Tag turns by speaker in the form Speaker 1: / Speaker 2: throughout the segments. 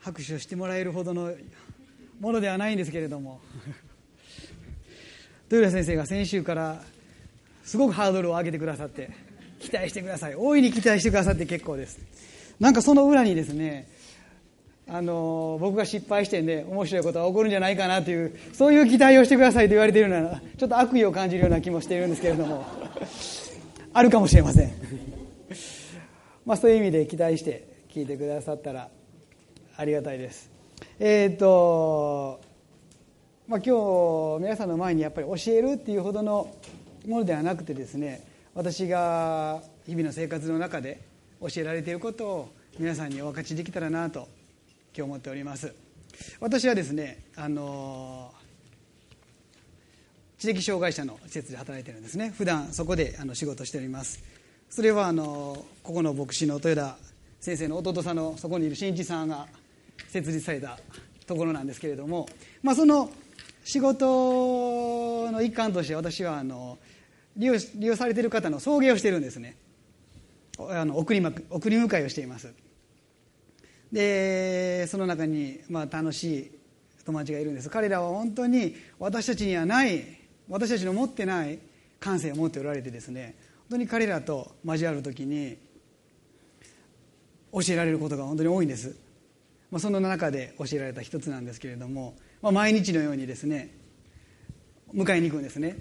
Speaker 1: 拍手をしてもらえるほどのものではないんですけれども豊田先生が先週からすごくハードルを上げてくださって、期待してください、大いに期待してくださって結構です。なんかその裏にですね、僕が失敗してね、面白いことが起こるんじゃないかなという、そういう期待をしてくださいと言われているような、ちょっと悪意を感じるような気もしているんですけれどもあるかもしれませんそういう意味で期待して聞いてくださったらありがたいです。今日皆さんの前にやっぱり教えるっていうほどのものではなくてですね、私が日々の生活の中で教えられていることを皆さんにお分かちできたらなと今日思っております。私はですね、知的障害者の施設で働いているんですね。普段そこで仕事しております。それはここの牧師の豊田先生の弟さんのそこにいる新一さんが設立されたところなんですけれども、その仕事の一環として私は利用されている方の送迎をしているんですね。送り迎えをしています。でその中に楽しい友達がいるんです。彼らは本当に私たちにはない、私たちの持ってない感性を持っておられてですね、本当に彼らと交わるときに教えられることが本当に多いんです。その中で教えられた一つなんですけれども、毎日のようにですね迎えに行くんですね。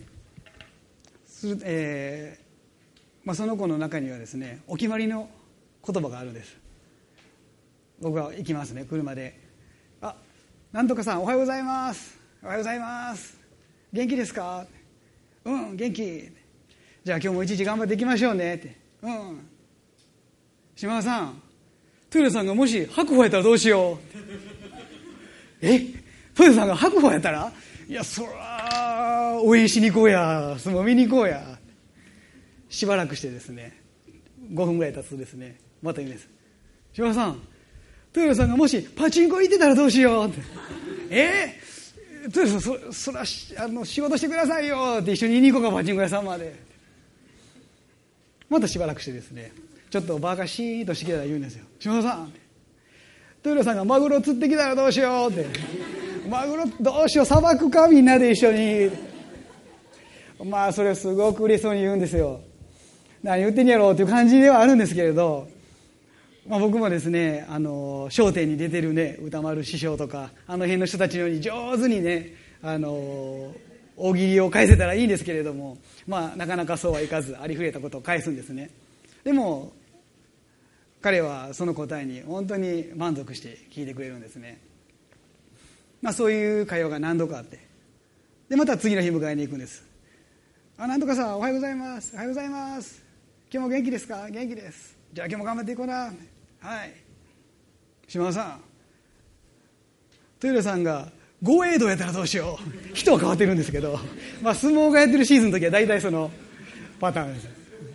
Speaker 1: その子の中にはですね、お決まりの言葉があるんです。僕は行きますね、車で。なんとかさんおはようございます、おはようございます、元気ですか、元気、じゃあ今日も一日頑張っていきましょうねって。島田さん、豊田さんがもし白鵬やったらどうしよう豊田さんが白鵬やったら、いやそら応援しに行こうや、相撲見に行こうや。しばらくしてですね、5分ぐらい経つとですね、また言うんです。島田さん、豊田さんがもしパチンコ行ってたらどうしようって豊田さん、そら仕事してくださいよって一緒に言いに行こうか、パチンコ屋さんまで。またしばらくしてですね、ちょっとバカシーンとしてきたら言うんですよ。島田さん、豊田さんがマグロ釣ってきたらどうしようってマグロどうしよう、さばくかみんなで一緒に。それをすごく嬉しそうに言うんですよ。何言ってんやろうっていう感じではあるんですけれど、僕もですね、笑点に出てるね歌丸師匠とかあの辺の人たちのように上手にね大喜利を返せたらいいんですけれども、なかなかそうはいかず、ありふれたことを返すんですね。でも彼はその答えに本当に満足して聞いてくれるんですね。そういう会話が何度かあって、でまた次の日迎えに行くんです。なんとかさんおはようございます、おはようございます、今日も元気ですか、元気です、じゃあ今日も頑張っていこうな、はい。島田さん、豊田さんが豪栄道やったらどうしよう人は変わってるんですけど、相撲がやってるシーズンの時は大体そのパターンです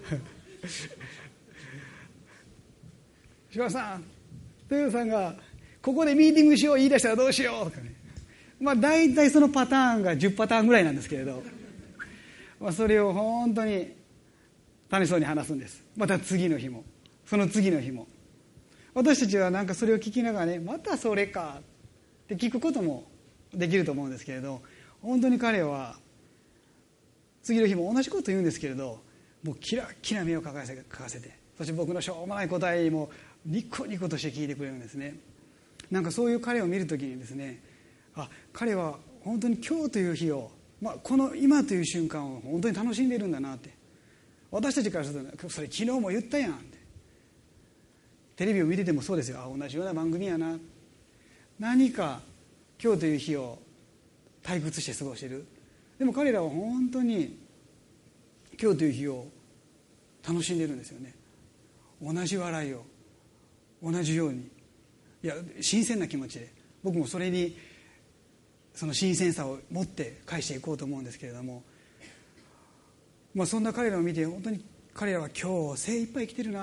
Speaker 1: 島田さん、豊田さんがここでミーティングしよう言い出したらどうしようとかね、大体そのパターンが10パターンぐらいなんですけれど、それを本当に楽しそうに話すんです。また次の日もその次の日も。私たちはなんかそれを聞きながらね、またそれかって聞くこともできると思うんですけれど、本当に彼は次の日も同じこと言うんですけれど、もうキラキラ目を描かせて、そして僕のしょうもない答えにもニコニコとして聞いてくれるんですね。なんかそういう彼を見るときにですね、彼は本当に今日という日を、この今という瞬間を本当に楽しんでいるんだなって。私たちからするとそれ昨日も言ったやんって、テレビを見ててもそうですよ、同じような番組やな、何か今日という日を退屈して過ごしている。でも彼らは本当に今日という日を楽しんでいるんですよね。同じ笑いを同じように、新鮮な気持ちで、僕もそれにその新鮮さを持って返していこうと思うんですけれども、そんな彼らを見て本当に彼らは今日精一杯生きてるな、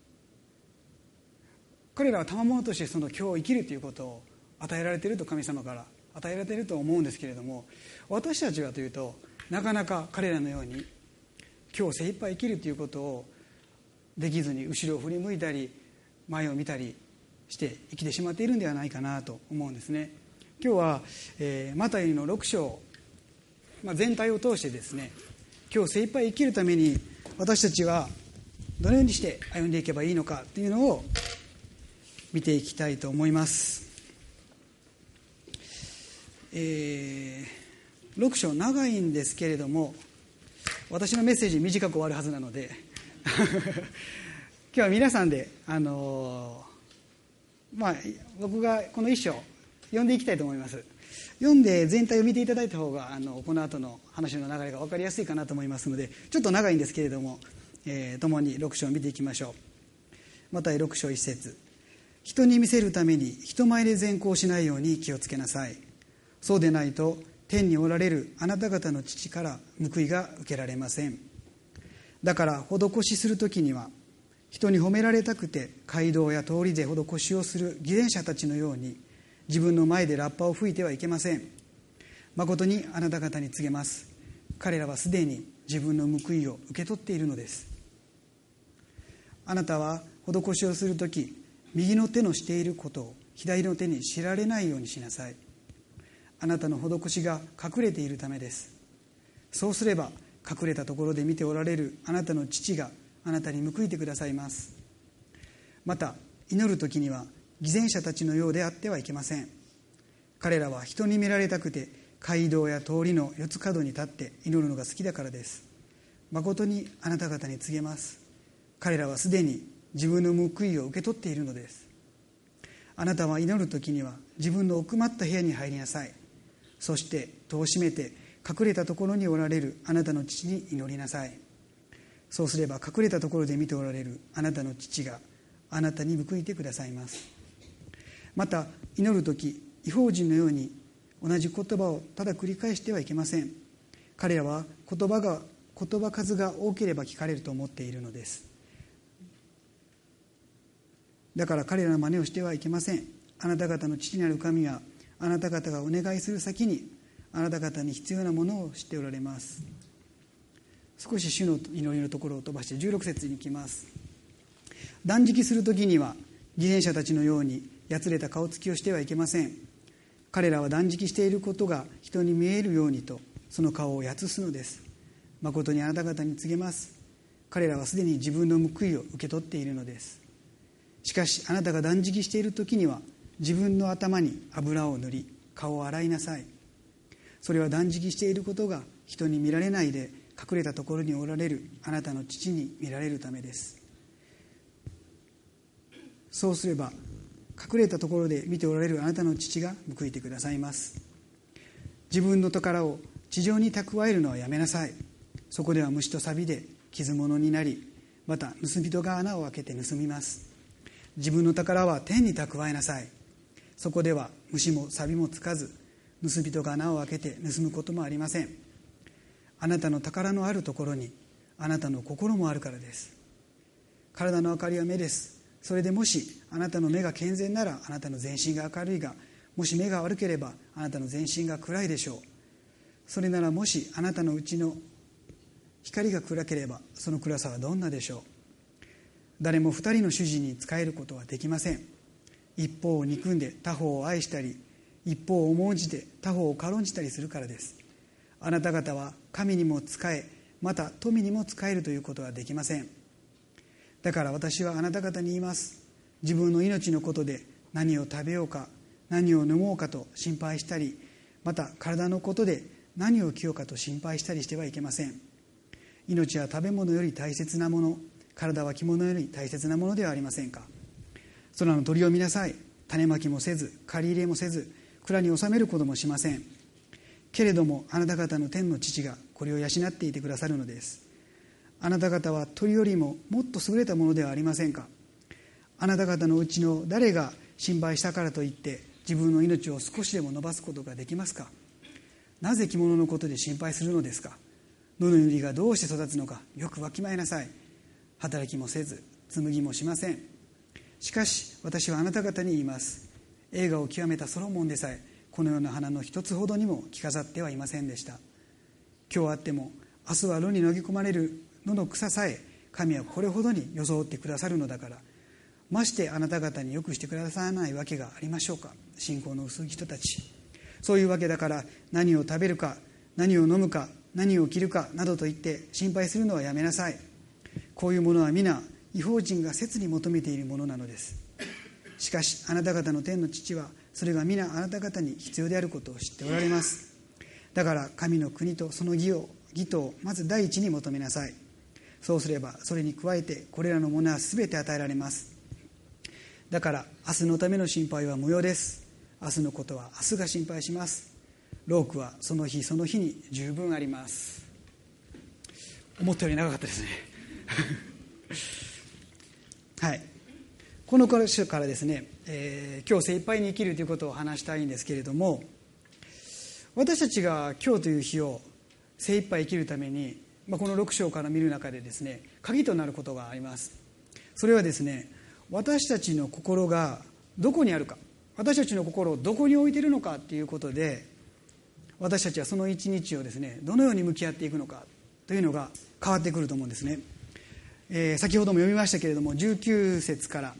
Speaker 1: 彼らは賜物としてその今日生きるということを与えられていると、神様から与えられていると思うんですけれども、私たちはというとなかなか彼らのように今日精一杯生きるということをできずに後ろを振り向いたり前を見たりして生きてしまっているんではないかなと思うんですね。今日は、マタイの6章、全体を通してですね、今日精一杯生きるために私たちはどのようにして歩んでいけばいいのかというのを見ていきたいと思います。6章長いんですけれども、私のメッセージ短く終わるはずなので今日は皆さんで、僕がこの一章読んでいきたいと思います。読んで全体を見ていただいた方がこの後の話の流れが分かりやすいかなと思いますので、ちょっと長いんですけれども、共に6章を見ていきましょう。マタイ6章1節、人に見せるために人前で善行しないように気をつけなさい。そうでないと天におられるあなた方の父から報いが受けられません。だから施しするときには、人に褒められたくて街道や通りで施しをする偽善者たちのように自分の前でラッパを吹いてはいけません。誠にあなた方に告げます。彼らはすでに自分の報いを受け取っているのです。あなたは施しをするとき、右の手のしていることを左の手に知られないようにしなさい。あなたの施しが隠れているためです。そうすれば隠れたところで見ておられるあなたの父があなたに報いてくださいます。また祈るときには偽善者たちのようであってはいけません。彼らは人に見られたくて街道や通りの四つ角に立って祈るのが好きだからです。誠にあなた方に告げます。彼らはすでに自分の報いを受け取っているのです。あなたは祈るときには自分の奥まった部屋に入りなさい。そして戸を閉めて隠れたところにおられるあなたの父に祈りなさい。そうすれば隠れたところで見ておられるあなたの父があなたに報いてくださいます。また祈るとき、異邦人のように同じ言葉をただ繰り返してはいけません。彼らは言葉数が多ければ聞かれると思っているのです。だから彼らの真似をしてはいけません。あなた方の父なる神はあなた方がお願いする先にあなた方に必要なものを知っておられます。少し主の祈りのところを飛ばして16節に行きます。断食するときには偽善者たちのようにやつれた顔つきをしてはいけません。彼らは断食していることが人に見えるようにとその顔をやつすのです。誠にあなた方に告げます。彼らはすでに自分の報いを受け取っているのです。しかしあなたが断食しているときには自分の頭に油を塗り顔を洗いなさい。それは断食していることが人に見られないで隠れたところにおられるあなたの父に見られるためです。そうすれば隠れたところで見ておられるあなたの父が報いてくださいます。自分の宝を地上に蓄えるのはやめなさい。そこでは虫と錆で傷物になり、また盗人が穴を開けて盗みます。自分の宝は天に蓄えなさい。そこでは虫も錆もつかず、盗人が穴を開けて盗むこともありません。あなたの宝のあるところにあなたの心もあるからです。体の明かりは目です。それでもしあなたの目が健全ならあなたの全身が明るいが、もし目が悪ければあなたの全身が暗いでしょう。それならもしあなたのうちの光が暗ければその暗さはどんなでしょう。誰も二人の主人に仕えることはできません。一方を憎んで他方を愛したり、一方を重んじて他方を軽んじたりするからです。あなた方は神にも仕え、また富にも仕えるということはできません。だから私はあなた方に言います。自分の命のことで何を食べようか何を飲もうかと心配したり、また体のことで何を着ようかと心配したりしてはいけません。命は食べ物より大切なもの、体は着物より大切なものではありませんか。空の鳥を見なさい。種まきもせず刈り入れもせず蔵に収めることもしません。けれどもあなた方の天の父がこれを養っていてくださるのです。あなた方は鳥よりももっと優れたものではありませんか。あなた方のうちの誰が心配したからといって自分の命を少しでも伸ばすことができますか。なぜ着物のことで心配するのですか。野の百合がどうして育つのかよくわきまえなさい。働きもせず紡ぎもしません。しかし私はあなた方に言います。栄華を極めたソロモンでさえこのような花の一つほどにも着飾ってはいませんでした。今日あっても明日は炉に投げ込まれる野の草さえ神はこれほどに装ってくださるのだから、 ましてあなた方によくしてくださらないわけがありましょうか。信仰の薄い人たち、そういうわけだから何を食べるか、何を飲むか、何を着るかなどと言って心配するのはやめなさい。こういうものは皆異邦人が切に求めているものなのです。しかしあなた方の天の父はそれが皆あなた方に必要であることを知っておられます。だから神の国とその義とをまず第一に求めなさい。そうすればそれに加えてこれらのものはすべて与えられます。だから明日のための心配は無用です。明日のことは明日が心配します。労苦はその日その日に十分あります。思ったより長かったですねはい、この箇からですね、今日精一杯に生きるということを話したいんですけれども、私たちが今日という日を精一杯生きるために、この6章から見る中でですね、鍵となることがあります。それはですね、私たちの心がどこにあるか、私たちの心をどこに置いているのかということで、私たちはその一日をですね、どのように向き合っていくのかというのが変わってくると思うんですね。先ほども読みましたけれども、19節から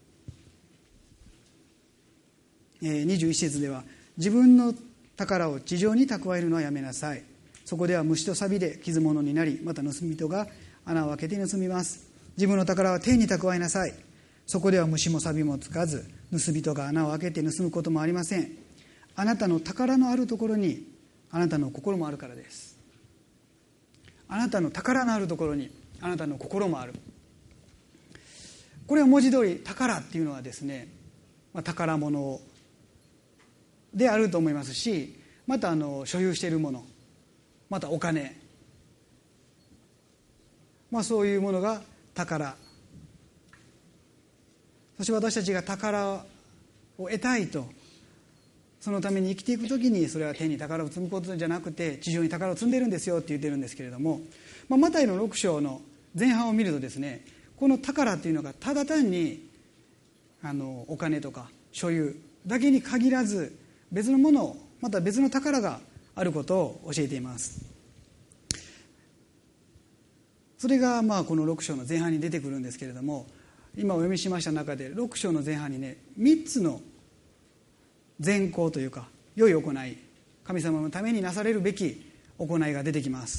Speaker 1: 21節では、自分の宝を地上に蓄えるのはやめなさい。そこでは虫と錆で傷物になり、また盗人が穴を開けて盗みます。自分の宝は天に蓄えなさい。そこでは虫も錆もつかず、盗人が穴を開けて盗むこともありません。あなたの宝のあるところにあなたの心もあるからです。あなたの宝のあるところにあなたの心もある。これは文字通り宝っていうのはですね、宝物であると思いますし、また所有しているもの、またお金、そういうものが宝。そして私たちが宝を得たいと、そのために生きていくときに、それは天に宝を積むことじゃなくて地上に宝を積んでいるんですよって言ってるんですけれども、マタイの6章の前半を見るとですね、この宝というのがただ単にお金とか所有だけに限らず、別のもの、また別の宝があることを教えています。それがこの6章の前半に出てくるんですけれども、今お読みしました中で6章の前半にね、3つの善行というか良い行い、神様のためになされるべき行いが出てきます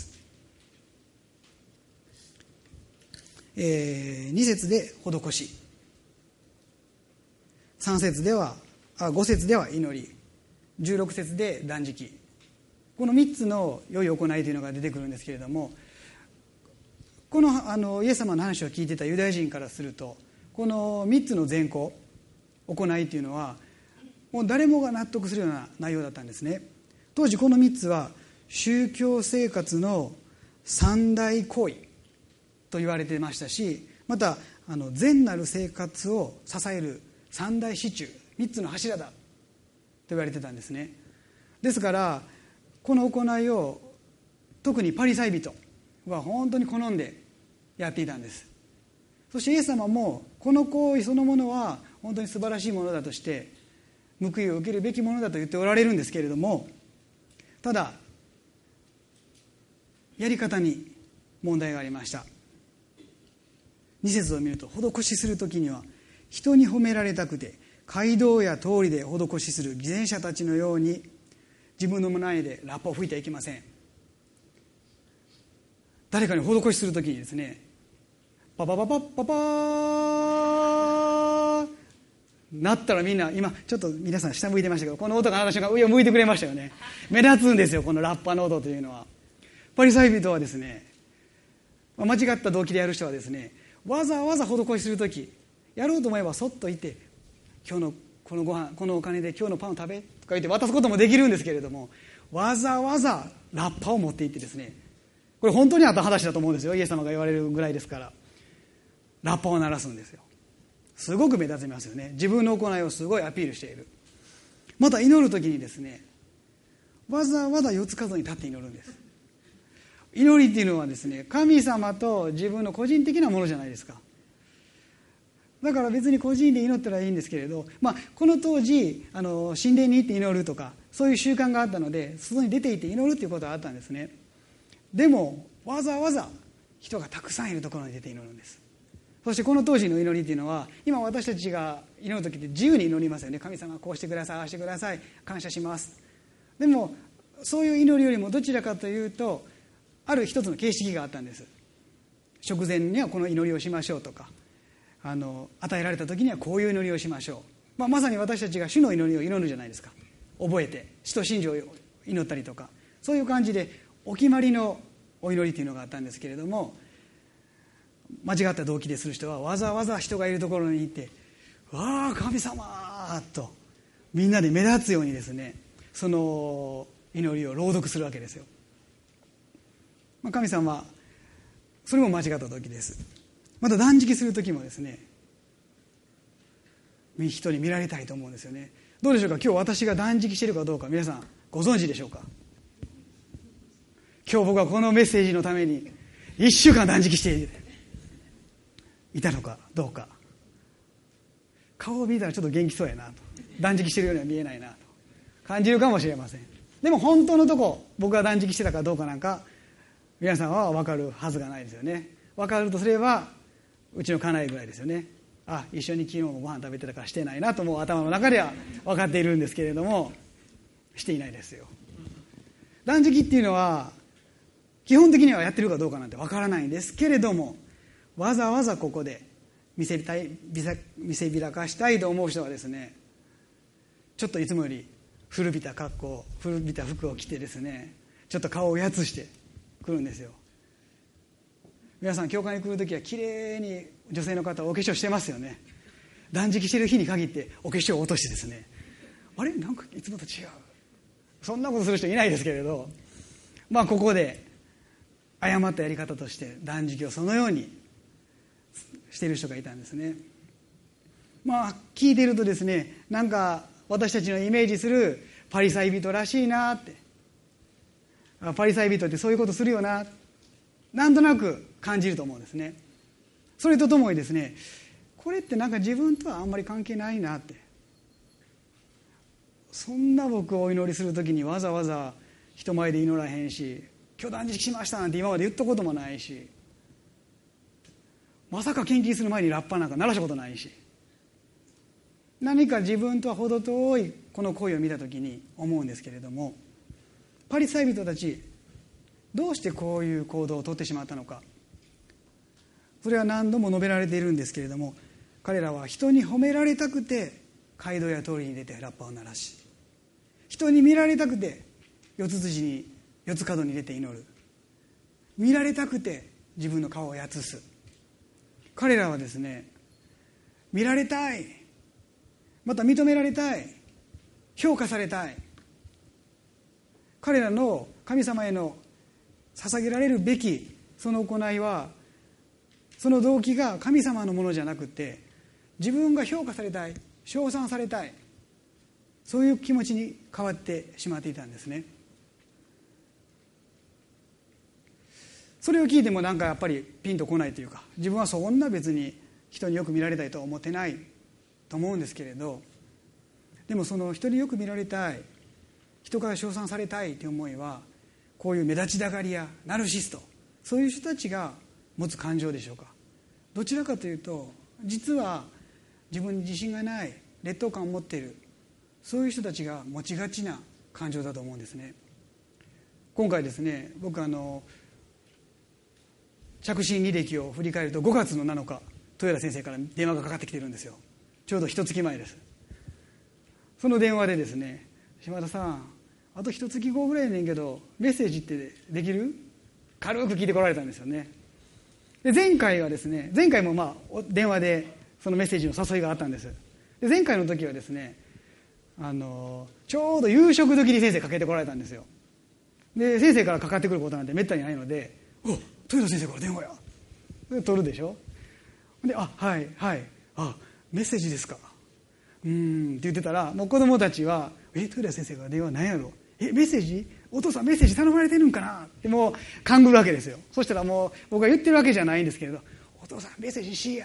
Speaker 1: 。2節で施し、5節では祈り、16節で断食、この3つの良い行いというのが出てくるんですけれども、このイエス様の話を聞いてたユダヤ人からすると、この3つの善行、行いというのはもう誰もが納得するような内容だったんですね。当時この3つは宗教生活の三大行為と言われていましたし、また善なる生活を支える三大支柱、3つの柱だと言われてたんですね。ですからこの行いを特にパリサイ人は本当に好んでやっていたんです。そしてイエス様もこの行為そのものは本当に素晴らしいものだとして報いを受けるべきものだと言っておられるんですけれども、ただやり方に問題がありました。2節を見ると、施しするときには人に褒められたくて街道や通りで施しする偽善者たちのように自分の前でラッパを吹いてはいけません。誰かに施しするときにですね、パパパパパパーなったらみんな、今ちょっと皆さん下向いてましたけど、この音が鳴った瞬間上を向いてくれましたよね。目立つんですよ、このラッパの音というのは。パリサイ人はですね、間違った動機でやる人はですね、わざわざ施しするとき、やろうと思えばそっといて、今日のこのご飯、このお金で今日のパンを食べとか言って渡すこともできるんですけれども、わざわざラッパを持っていってですね、これ本当にあった話だと思うんですよ。イエス様が言われるぐらいですから、ラッパを鳴らすんですよ。すごく目立ちますよね。自分の行いをすごいアピールしている。また祈るときにですね、わざわざ四つ角に立って祈るんです。祈りっていうのはですね、神様と自分の個人的なものじゃないですか。だから別に個人で祈ったらいいんですけれど、この当時神殿に行って祈るとかそういう習慣があったので、外に出ていって祈るっていうことはあったんですね。でもわざわざ人がたくさんいるところに出て祈るんです。 そしてこの当時の祈りというのは、今私たちが祈る時って自由に祈りますよね。神様こうしてください、ああしてください、感謝します。でもそういう祈りよりもどちらかというと、ある一つの形式があったんです。食前にはこの祈りをしましょうとか、与えられた時にはこういう祈りをしましょう。まさに私たちが主の祈りを祈るじゃないですか。覚えて使徒信条を祈ったりとか、そういう感じでお決まりのお祈りというのがあったんですけれども、間違った動機でする人はわざわざ人がいるところに行って、わあ神様とみんなで目立つようにですね、その祈りを朗読するわけですよ。神様はそれも間違った動機です。また断食する時もですね、人に見られたいと思うんですよね。どうでしょうか、今日私が断食しているかどうか皆さんご存知でしょうか。今日僕はこのメッセージのために1週間断食していたのかどうか。顔を見たらちょっと元気そうやなと、断食してるようには見えないなと感じるかもしれません。でも本当のとこ、僕が断食してたかどうかなんか皆さんは分かるはずがないですよね。分かるとすればうちの家内ぐらいですよね。あ、一緒に昨日もご飯食べてたからしてないなと、もう頭の中では分かっているんですけれども、していないですよ。断食っていうのは基本的にはやってるかどうかなんて分からないんですけれども、わざわざここで見せびらかしたいと思う人はですね、ちょっといつもより古びた格好、古びた服を着てですね、ちょっと顔をやつして来るんですよ。皆さん教会に来るときはきれいに女性の方はお化粧してますよね。断食してる日に限ってお化粧を落としてですね、あれなんかいつもと違う、そんなことする人いないですけれど、ここで誤ったやり方として断食をそのようにしている人がいたんですね。聞いているとですね、なんか私たちのイメージするパリサイ人らしいなって、パリサイ人ってそういうことするよな、なんとなく感じると思うんですね。それとともにですね、これってなんか自分とはあんまり関係ないなって、そんな僕をお祈りするときにわざわざ人前で祈らへんし、今日断食しましたなんて今まで言ったこともないし、まさか献金する前にラッパなんか鳴らしたことないし、何か自分とは程遠いこの行為を見たときに思うんですけれども、パリサイ人たちどうしてこういう行動をとってしまったのか、それは何度も述べられているんですけれども、彼らは人に褒められたくて街道や通りに出てラッパを鳴らし、人に見られたくて四つ角に出て祈る、見られたくて自分の顔をやつす。彼らはですね、見られたい、また認められたい、評価されたい、彼らの神様への捧げられるべきその行いは、その動機が神様のものじゃなくて、自分が評価されたい、称賛されたい、そういう気持ちに変わってしまっていたんですね。それを聞いてもなんかやっぱりピンとこないというか、自分はそんな別に人によく見られたいとは思ってないと思うんですけれど、でもその人によく見られたい、人から称賛されたいという思いは、こういう目立ちたがりやナルシスト、そういう人たちが持つ感情でしょうか。どちらかというと、実は自分に自信がない、劣等感を持っている、そういう人たちが持ちがちな感情だと思うんですね。今回ですね、僕着信履歴を振り返ると、5月の7日豊田先生から電話がかかってきてるんですよ。ちょうど1月前です。その電話でですね、島田さん、あと1月後ぐらいやねんけどメッセージってできる？軽く聞いてこられたんですよね。で前回も電話でそのメッセージの誘いがあったんです。で前回の時はですね、ちょうど夕食時に先生かけてこられたんですよ。で先生からかかってくることなんてめったにないので、お、豊田先生から電話やで取るでしょ。で、はいメッセージですか、って言ってたら、もう子供たちは豊田先生から電話なんやろ、メッセージ、お父さんメッセージ頼まれてるんかなってもう勘ぐるわけですよ。そしたらもう僕が言ってるわけじゃないんですけれど、お父さんメッセージしや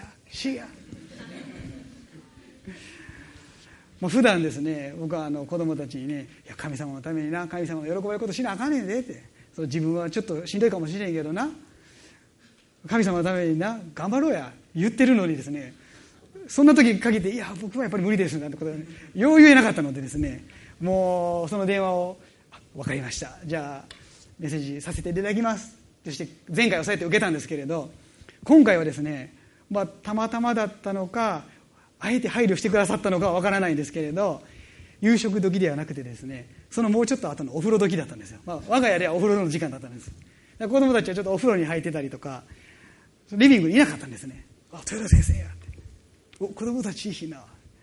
Speaker 1: 普段ですね、僕は子供たちにね、いや神様のためにな、神様の喜ばれることしなあかんねんでって、自分はちょっとしんどいかもしれんけどな、神様のためにな頑張ろうや、 言ってるのにですね、そんな時に限っていや僕はやっぱり無理ですなんてことを、ね、よう言えなかったのでですね、もうその電話を分かりました、じゃあメッセージさせていただきますとして前回はそうやって受けたんですけれど、今回はですね、たまたまだったのかあえて配慮してくださったのかは分からないんですけれど、夕食時ではなくてですね、そのもうちょっと後のお風呂時だったんですよ。我が家ではお風呂の時間だったんです。子供たちはちょっとお風呂に入ってたりとかリビングにいなかったんですね。豊田先生やって、子供たちいいな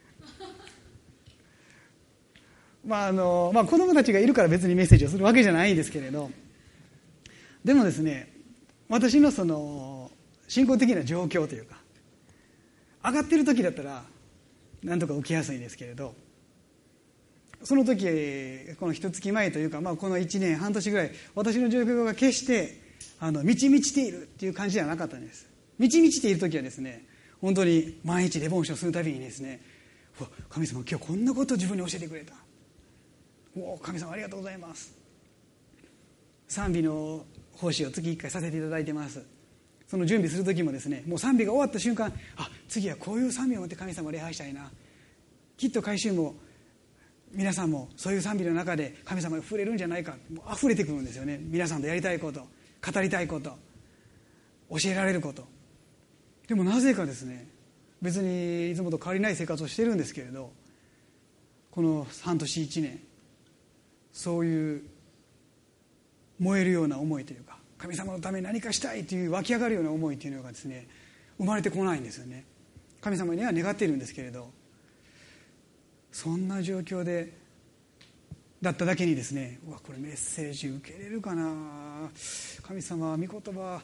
Speaker 1: 子供たちがいるから別にメッセージをするわけじゃないんですけれど、でもですね、私のその信仰的な状況というか、上がってる時だったらなんとか受けやすいんですけれど、その時この一月前というか、この1年半年ぐらい私の状況が決して満ち満ちているっていう感じではなかったんです。満ち満ちている時はですね、本当に毎日デボーションするたびにですね、神様今日こんなことを自分に教えてくれた、神様ありがとうございます、賛美の奉仕を月1回させていただいてます。その準備する時もですね、もう賛美が終わった瞬間、次はこういう賛美を持って神様を礼拝したいな、きっと改修も皆さんもそういう賛美の中で神様に触れるんじゃないか、もう溢れてくるんですよね。皆さんとやりたいこと、語りたいこと、教えられること。でもなぜかですね、別にいつもと変わりない生活をしてるんですけれど、この半年1年そういう燃えるような思いというか、神様のために何かしたいという湧き上がるような思いというのがですね、生まれてこないんですよね。神様には願っているんですけれど、そんな状況でだっただけにですね、これメッセージ受けれるかな、神様御言葉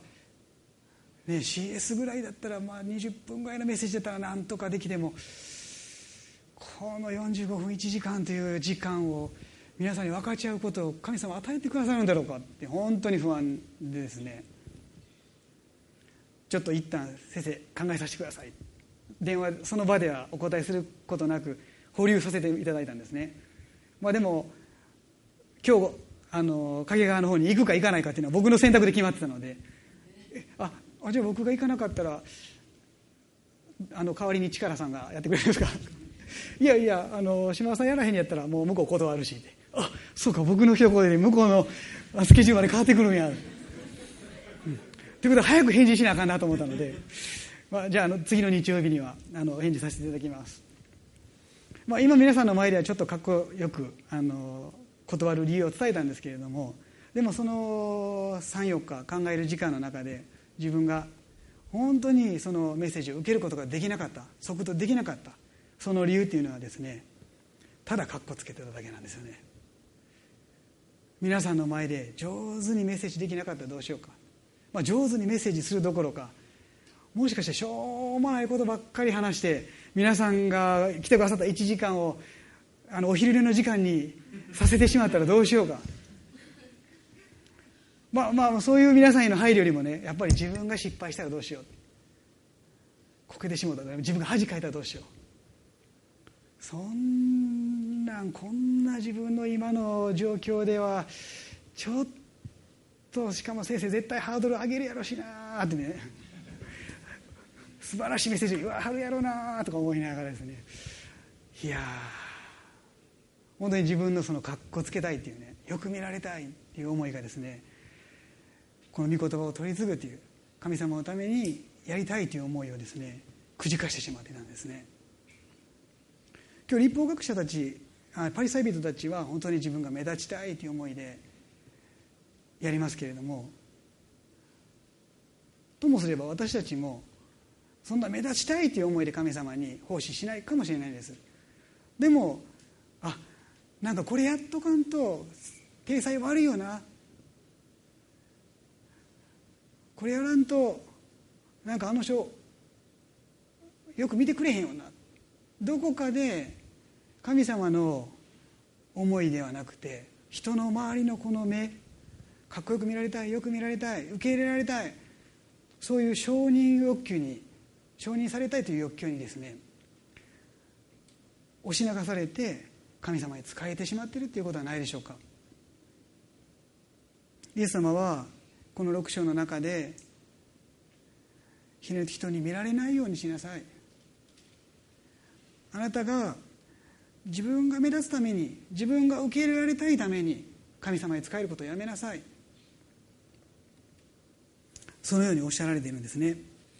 Speaker 1: CS ぐらいだったら20分ぐらいのメッセージだったらなんとかできても、この45分1時間という時間を皆さんに分かち合うことを神様与えてくださるんだろうかって本当に不安でですね、ちょっと一旦先生考えさせてください、電話その場ではお答えすることなく保留させていただいたんですね。でも今日影川の方に行くか行かないかっていうのは僕の選択で決まってたので、じゃあ僕が行かなかったら代わりに力さんがやってくれるんですかいやいや島田さんやらへんやったらもう向こう断るし、そうか僕の一言で向こうのスケジュールまで変わってくるんや、ということは早く返事しなあかんなと思ったので、じゃあ次の日曜日には返事させていただきます。今皆さんの前ではちょっとかっこよく断る理由を伝えたんですけれども、でもその 3,4 日考える時間の中で自分が本当にそのメッセージを受けることができなかった、即答できなかった、その理由っていうのはですね、ただカッコつけてただけなんですよね。皆さんの前で上手にメッセージできなかったらどうしようか、上手にメッセージするどころか、もしかしてしょうもないことばっかり話して皆さんが来てくださった1時間をお昼寝の時間にさせてしまったらどうしようか。そういう皆さんへの配慮よりもね、やっぱり自分が失敗したらどうしよう、こけてしまったら自分が恥かいたらどうしよう、こんな自分の今の状況ではちょっと、しかも先生絶対ハードル上げるやろしなってね、素晴らしいメッセージ言わはるやろなとか思いながらですね、いや本当に自分のそのかっこつけたいっていうね、よく見られたいっていう思いがですね、この御言葉を取り継ぐという神様のためにやりたいという思いをですね、くじかしてしまっていたんですね。今日立法学者たち、パリサイ人たちは本当に自分が目立ちたいという思いでやりますけれども、ともすれば私たちもそんな目立ちたいという思いで神様に奉仕しないかもしれないです。でもなんかこれやっとかんと体裁悪いよな、これやらんとなんか人よく見てくれへんよな、どこかで神様の思いではなくて人の周りのこの目、かっこよく見られたい、よく見られたい、受け入れられたい、そういう承認欲求に、承認されたいという欲求にですね、押し流されて神様に仕えてしまっているということはないでしょうか。イエス様はこの6章の中で、 人に見られないようにしなさい。あなたが自分が目立つために、自分が受け入れられたいために神様に仕えることをやめなさい。そのようにおっしゃられているんですね。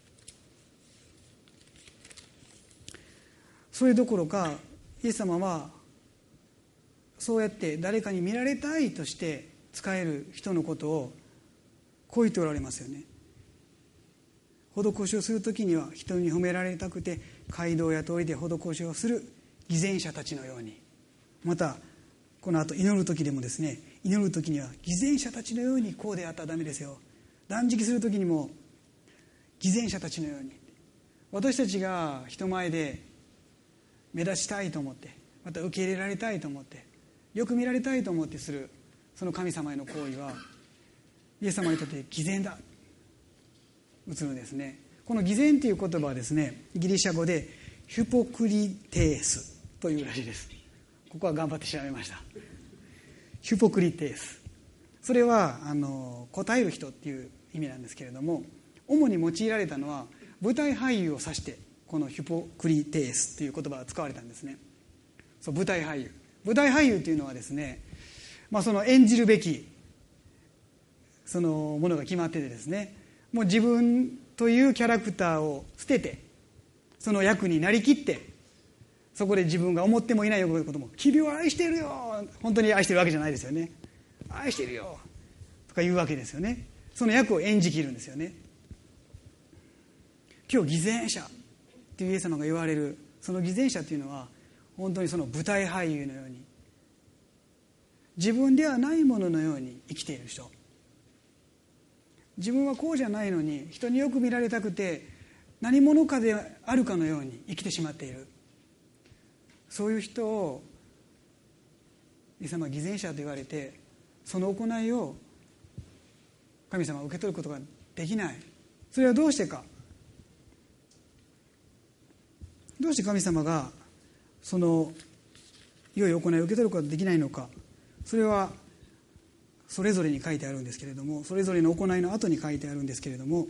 Speaker 1: それどころかイエス様はそうやって誰かに見られたいとして仕える人のことをこう言っておられますよね。施しをするときには人に褒められたくて街道や通りで施しをする偽善者たちのように、またこの後祈る時でもですね、祈る時には偽善者たちのようにこうであったらダメですよ。断食する時にも偽善者たちのように、私たちが人前で目立ちたいと思って、また受け入れられたいと思って、よく見られたいと思ってするその神様への行為はイエス様にとって偽善だ映るんですね。この偽善という言葉はですね、ギリシャ語でヒュポクリテースというらしいです。ここは頑張って調べました。ヒュポクリテース、それは答える人っていう意味なんですけれども、主に用いられたのは舞台俳優を指してこのヒュポクリテースという言葉が使われたんですね。そう、舞台俳優というのはですね、その演じるべきそのものが決まっててですね、もう自分というキャラクターを捨ててその役になりきって、そこで自分が思ってもいないことも、君を愛してるよ、本当に愛してるわけじゃないですよね、愛してるよとか言うわけですよね。その役を演じきるんですよね。今日偽善者というイエス様が言われるその偽善者というのは、本当にその舞台俳優のように自分ではないもののように生きている人、自分はこうじゃないのに人によく見られたくて何者かであるかのように生きてしまっている、そういう人をイエス様は偽善者と言われて、その行いを神様は受け取ることができない。それはどうしてか。どうして神様がその良い行いを受け取ることができないのか。それはそれぞれに書いてあるんですけれども、それぞれの行いの後に書いてあるんですけれども、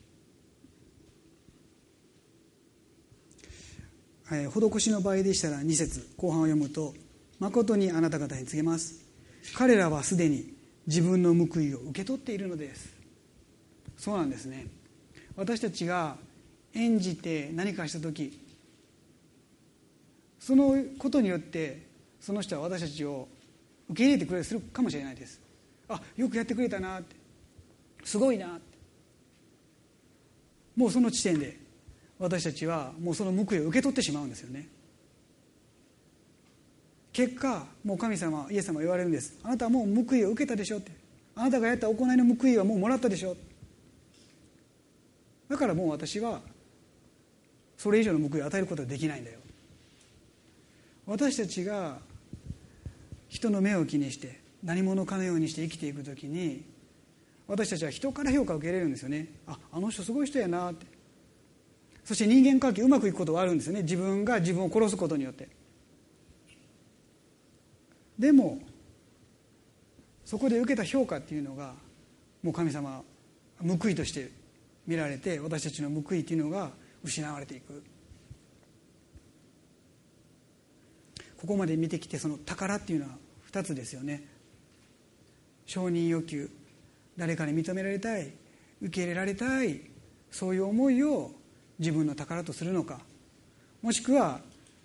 Speaker 1: 施しの場合でしたら2節後半を読むと、誠にあなた方に告げます、彼らはすでに自分の報いを受け取っているのです。そうなんですね。私たちが演じて何かしたとき、そのことによってその人は私たちを受け入れてくれるかもしれないです。あ、よくやってくれたなって、すごいなって、もうその時点で私たちはもうその報いを受け取ってしまうんですよね。結果もう神様、イエス様は言われるんです。あなたはもう報いを受けたでしょって、あなたがやった行いの報いはもうもらったでしょ、だからもう私はそれ以上の報いを与えることはできないんだよ。私たちが人の目を気にして何者かのようにして生きていくときに、私たちは人から評価を受けれるんですよね。あの人すごい人やなって。そして人間関係うまくいくことはあるんですよね。自分が自分を殺すことによって。でもそこで受けた評価っていうのがもう神様報いとして見られて、私たちの報いっていうのが失われていく。ここまで見てきて、その宝っていうのは2つですよね。承認欲求、誰かに認められたい、受け入れられたい、そういう思いを自分の宝とするのか、もしくは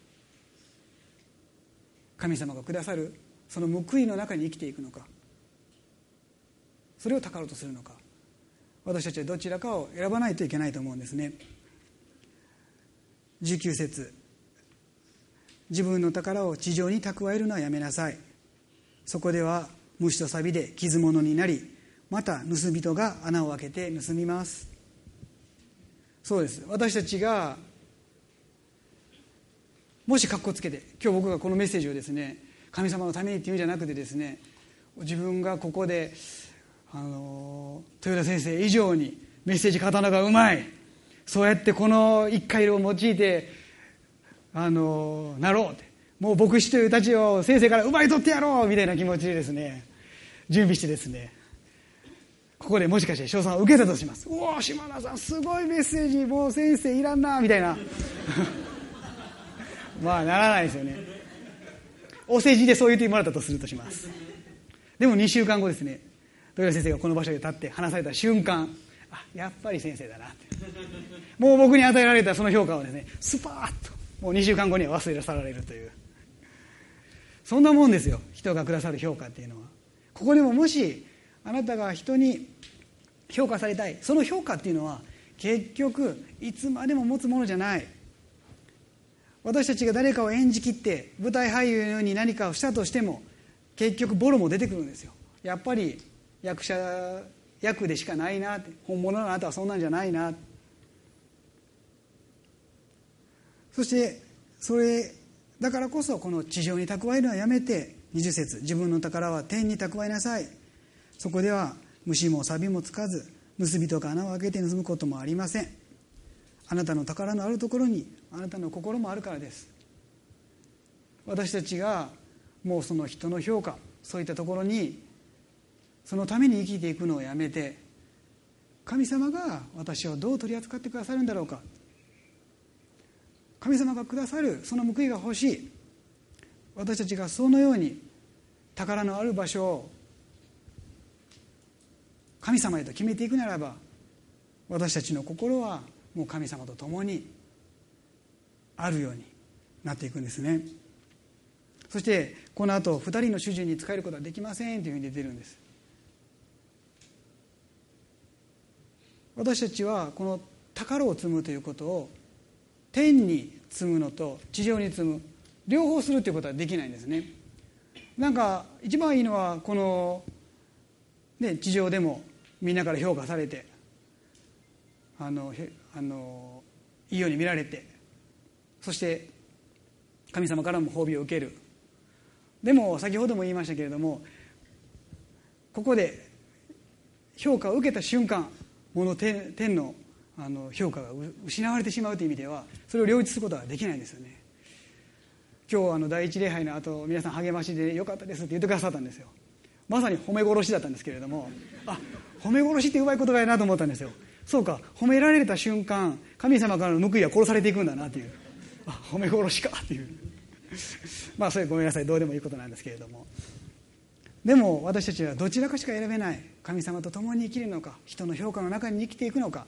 Speaker 1: 神様がくださるその報いの中に生きていくのか、それを宝とするのか、私たちはどちらかを選ばないといけないと思うんですね。19節、自分の宝を地上に蓄えるのはやめなさい。そこでは虫と錆で傷物になり、また盗人が穴を開けて盗みます。そうです。私たちがもし格好つけて、今日僕がこのメッセージをですね、神様のためにっていうんじゃなくてですね、自分がここで豊田先生以上にメッセージ語るのがうまい、そうやってこの一回を用いてなろうって、もう牧師という立場を先生から奪い取ってやろうみたいな気持ちでですね、準備してですね、 ここでもしかして称賛を受けたとします。おお、島田さんすごいメッセージ、もう先生いらんなみたいなまあならないですよね。お世辞でそう言ってもらったとするとします。でも2週間後ですね、豊田先生がこの場所で立って話された瞬間、あ、やっぱり先生だなってもう僕に与えられたその評価をですね、スパーッともう2週間後には忘れ去られるという、そんなもんですよ、人がくださる評価っていうのは。ここでももしあなたが人に評価されたい、その評価っていうのは結局いつまでも持つものじゃない。私たちが誰かを演じきって舞台俳優のように何かをしたとしても、結局ボロも出てくるんですよ。やっぱり役でしかないなって、本物のあなたはそんなんじゃないな。そしてそれだからこそ、この地上に蓄えるのはやめて、20節、自分の宝は天に蓄えなさい。そこでは虫も錆もつかず、盗人が穴を開けて盗むこともありません。あなたの宝のあるところにあなたの心もあるからです。私たちがもうその人の評価、そういったところにそのために生きていくのをやめて、神様が私をどう取り扱ってくださるんだろうか、神様がくださるその報いが欲しい、私たちがそのように宝のある場所を神様へと決めていくならば、私たちの心はもう神様と共にあるようになっていくんですね。そしてこの後、2人の主人に仕えることはできませんというふうに出てるんです。私たちはこの宝を積むということを天に積むのと地上に積む、両方するということはできないんですね。なんか一番いいのはこの、ね、地上でもみんなから評価されていいように見られて、そして神様からも褒美を受ける。でも先ほども言いましたけれども、ここで評価を受けた瞬間、もの天の評価が失われてしまうという意味では、それを両立することはできないんですよね。今日第一礼拝の後、皆さん励ましでよかったですって言ってくださったんですよ。まさに褒め殺しだったんですけれども、褒め殺しってうまい言葉やなと思ったんですよ。そうか、褒められた瞬間、神様からの報いは殺されていくんだなという、褒め殺しかっていうまあそれごめんなさい、どうでもいいことなんですけれども、でも私たちはどちらかしか選べない。神様と共に生きるのか、人の評価の中に生きていくのか。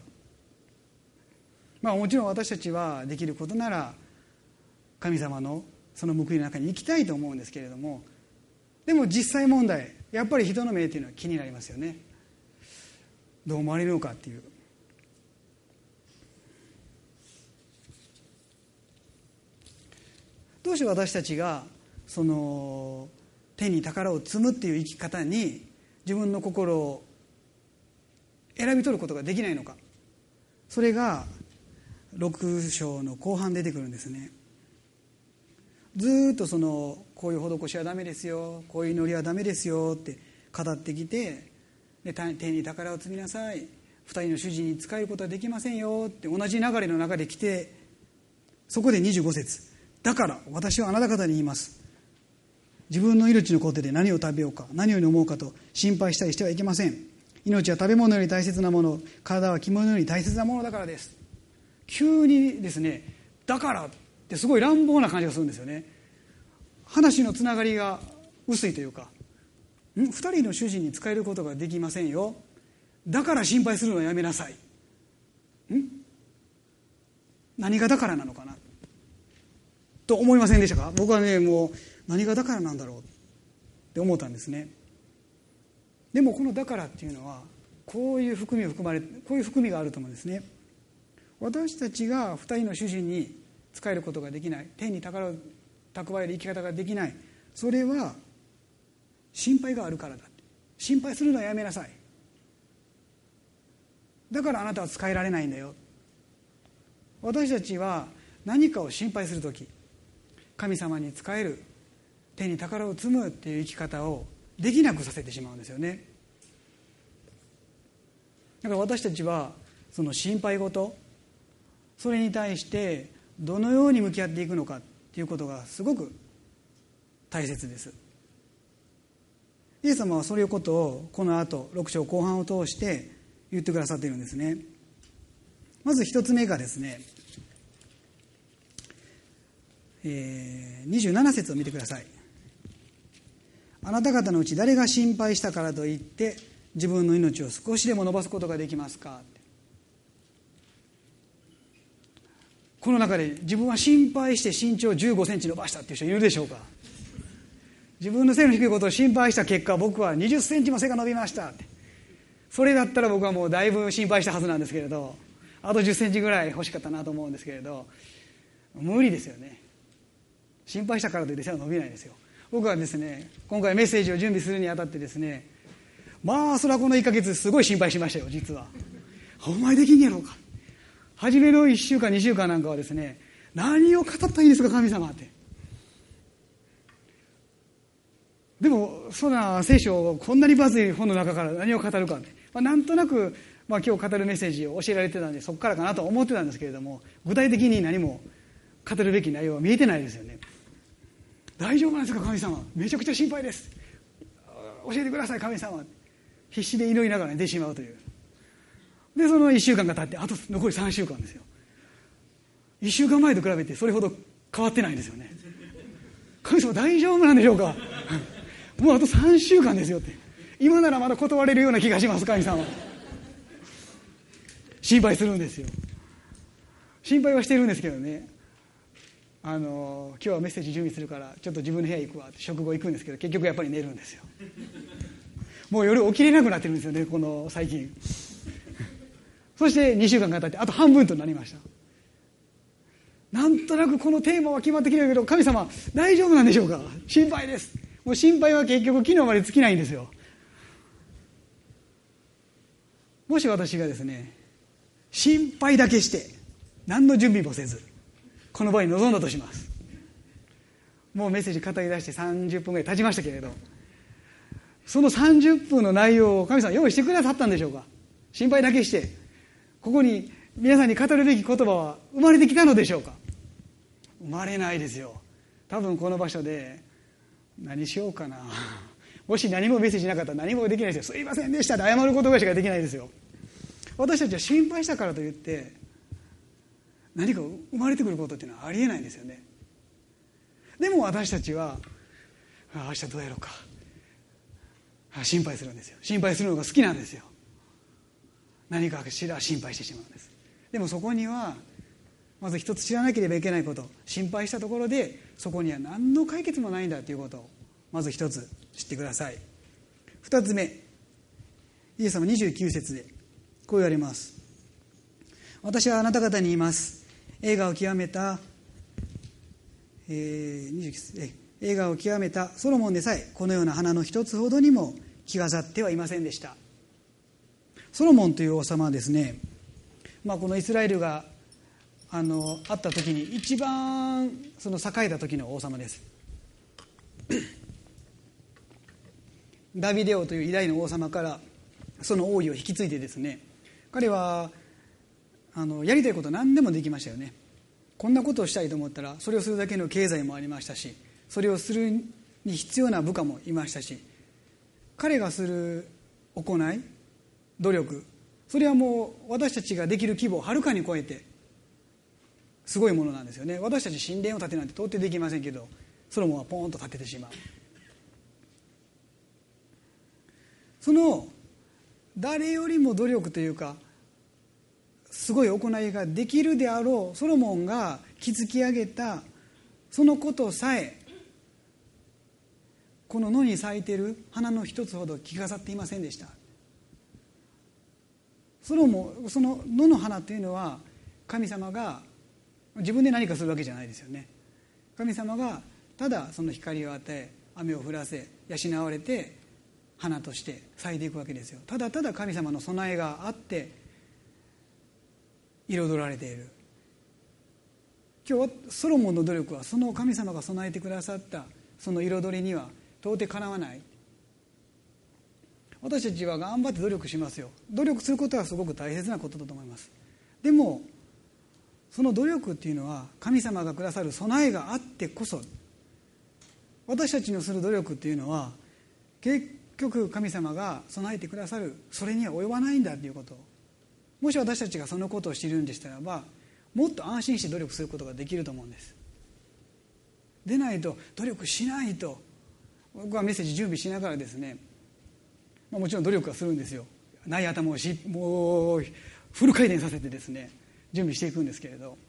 Speaker 1: もちろん私たちはできることなら神様のその報いの中に生きたいと思うんですけれども、でも実際問題、やっぱり人の目というのは気になりますよね。どう思われるのかっていう。どうして私たちがその天に宝を積むっていう生き方に自分の心を選び取ることができないのか。それが6章の後半出てくるんですね。ずっとこういう施しはダメですよ、こういう祈りはダメですよって語ってきて、で天に宝を積みなさい、2人の主人に仕えることはできませんよって同じ流れの中で来て、そこで25節、だから私はあなた方に言います。自分の命のことで何を食べようか、何を飲もうかと心配したりしてはいけません。命は食べ物より大切なもの、体は着物より大切なものだからです。急にですね、だからってすごい乱暴な感じがするんですよね。話のつながりが薄いというか、2人の主人に仕えることができませんよ、だから心配するのはやめなさい。何がだからなのかなと思いませんでしたか？僕はね、もう何がだからなんだろうって思ったんですね。でもこのだからっていうのはこういう含みがあると思うんですね。私たちが2人の主人に仕えることができない、天に宝を蓄える生き方ができない、それは心配があるからだ。心配するのはやめなさい。だからあなたは仕えられないんだよ。私たちは何かを心配するとき、神様に仕える、天に宝を積むっていう生き方をできなくさせてしまうんですよね。だから私たちはその心配事、それに対してどのように向き合っていくのかっていうことがすごく大切です。 イエス様はそういうことをこの後6章後半を通して言ってくださっているんですね。まず一つ目がですね、27節を見てください。あなた方のうち誰が心配したからといって自分の命を少しでも伸ばすことができますか。この中で自分は心配して身長15センチ伸ばしたっていう人いるでしょうか。自分の背の低いことを心配した結果、僕は20センチも背が伸びましたって。それだったら僕はもうだいぶ心配したはずなんですけれど、あと10センチぐらい欲しかったなと思うんですけれど、無理ですよね。心配したからといって背は伸びないですよ。僕はですね、今回メッセージを準備するにあたってですね、それはこの1ヶ月すごい心配しましたよ、実は。お前できんやろうか。初めの1週間2週間なんかはですね、何を語ったらいいんですか神様って。でもそんな聖書をこんなに分厚い本の中から何を語るかって、なんとなく、今日語るメッセージを教えられてたんでそこからかなと思ってたんですけれども、具体的に何も語るべき内容は見えてないですよね。大丈夫なんですか神様、めちゃくちゃ心配です、教えてください神様、必死で祈りながら寝てしまうという。でその1週間が経ってあと残り3週間ですよ。1週間前と比べてそれほど変わってないんですよね。神様大丈夫なんでしょうかもうあと3週間ですよって。今ならまだ断れるような気がします神様。心配するんですよ。心配はしてるんですけどね、今日はメッセージ準備するからちょっと自分の部屋行くわって食後行くんですけど、結局やっぱり寝るんですよ。もう夜起きれなくなってるんですよね、この最近。そして2週間が経ってあと半分となりました。なんとなくこのテーマは決まってきてるけど、神様大丈夫なんでしょうか。心配です。もう心配は結局昨日まで尽きないんですよ。もし私がですね、心配だけして何の準備もせずこの場に臨んだとします。もうメッセージ語り出して30分ぐらい経ちましたけれど、その30分の内容を神様用意してくださったんでしょうか。心配だけしてここに皆さんに語るべき言葉は生まれてきたのでしょうか。生まれないですよ。多分この場所で何しようかな、もし何もメッセージなかったら何もできないですよ。すいませんでしたって謝ることぐらいしかできないですよ。私たちは心配したからといって何か生まれてくることっていうのはありえないんですよね。でも私たちは明日どうやろうか心配するんですよ。心配するのが好きなんですよ。何かしら心配してしまうんです。でもそこにはまず一つ知らなければいけないこと、心配したところでそこには何の解決もないんだということをまず一つ知ってください。二つ目、イエス様29節でこう言われます。私はあなた方に言います。栄華を極めたソロモンでさえこのような花の一つほどにも着飾ってはいませんでした。ソロモンという王様はですね、このイスラエルがあった時に一番その栄えた時の王様です。ダビデ王という偉大な王様からその王位を引き継いでですね、彼はやりたいこと何でもできましたよね。こんなことをしたいと思ったらそれをするだけの経済もありましたし、それをするに必要な部下もいましたし、彼がする行い努力、それはもう私たちができる規模をはるかに超えてすごいものなんですよね。私たち神殿を建てなんて到底できませんけど、ソロモンはポーンと建ててしまう。その誰よりも努力というかすごい行いができるであろうソロモンが築き上げたそのことさえこの野に咲いている花の一つほど着飾っていませんでした。その野の花というのは神様が自分で何かするわけじゃないですよね。神様がただその光を与え雨を降らせ養われて花として咲いていくわけですよ。ただただ神様の備えがあって彩られている。今日はソロモンの努力はその神様が備えてくださったその彩りには到底かなわない。私たちは頑張って努力しますよ。努力することはすごく大切なことだと思います。でもその努力っていうのは神様がくださる備えがあってこそ、私たちのする努力っていうのは結局神様が備えてくださる、それには及ばないんだということ、もし私たちがそのことを知るんでしたらば、もっと安心して努力することができると思うんです。でないと、努力しないと、僕はメッセージ準備しながらですね、もちろん努力はするんですよ。ない頭をもうフル回転させてですね、準備していくんですけれど、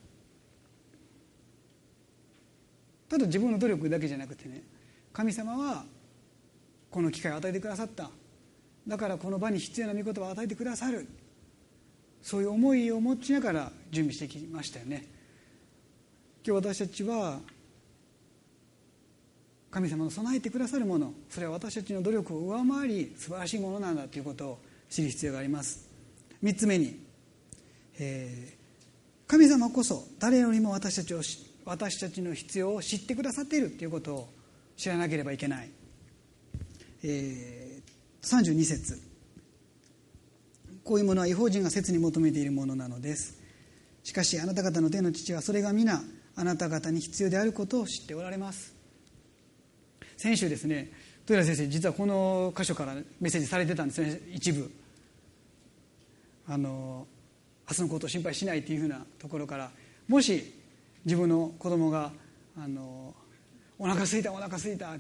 Speaker 1: ただ自分の努力だけじゃなくてね、神様はこの機会を与えてくださった、だからこの場に必要な御言葉を与えてくださる、そういう思いを持ちながら準備してきましたよね。今日私たちは神様の備えてくださるもの、それは私たちの努力を上回り素晴らしいものなんだということを知る必要があります。3つ目に、神様こそ誰よりも私たちの必要を知ってくださっているということを知らなければいけない。32節、こういうものは異邦人が切に求めているものなのです。しかしあなた方の天の父はそれが皆あなた方に必要であることを知っておられます。先週ですね、豊田先生実はこの箇所からメッセージされてたんですね。一部明日のことを心配しないというふうなところから、もし自分の子供がお腹すいたって、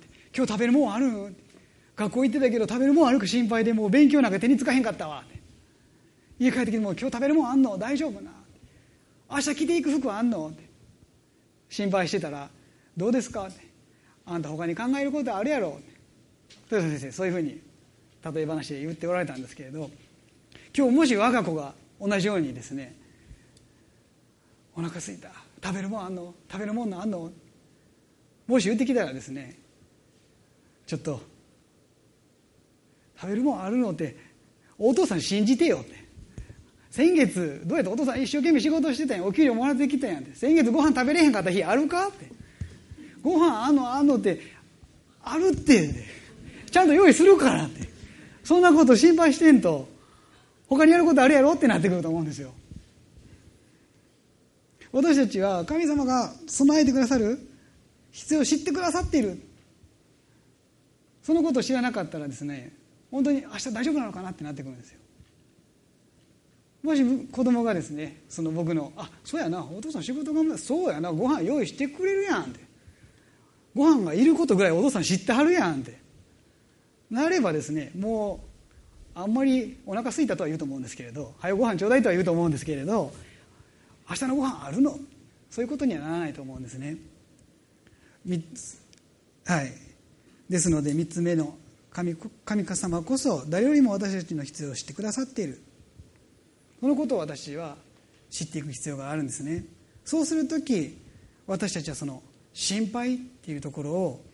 Speaker 1: 今日食べるもんある、学校行ってたけど食べるもんあるか心配でもう勉強なんか手につかへんかったわって、家帰ってきても今日食べるもんあんの大丈夫な、明日着ていく服あんのって心配してたら、どうですかって、あんた他に考えることあるやろって豊田先生そういうふうに例え話で言っておられたんですけれど、今日もし我が子が同じようにですね、お腹すいた、食べるもんあんの、食べるもんあんの、もし言ってきたらですね、ちょっと食べるもんあるのってお父さん信じてよって、先月どうやってお父さん一生懸命仕事してたんや、お給料もらってきたんやって、先月ご飯食べれへんかった日あるかって、ご飯あんのってあるって、ちゃんと用意するからって、そんなこと心配してんと他にやることあるやろってなってくると思うんですよ。私たちは神様が備えてくださる必要を知ってくださっている、そのことを知らなかったらですね、本当に明日大丈夫なのかなってなってくるんですよ。もし子供がですね、その僕のそうやな、お父さん仕事頑張る、そうやな、ご飯用意してくれるやんって、ご飯がいることぐらいお父さん知ってはるやんってなればですね、もうあんまりお腹空いたとは言うと思うんですけれど、早ご飯ちょうだいとは言うと思うんですけれど、明日のご飯あるの、そういうことにはならないと思うんですね。はい、ですので3つ目の神様こそ誰よりも私たちの必要を知ってくださっている、そのことを私は知っていく必要があるんですね。そうするとき私たちはその心配っていうところを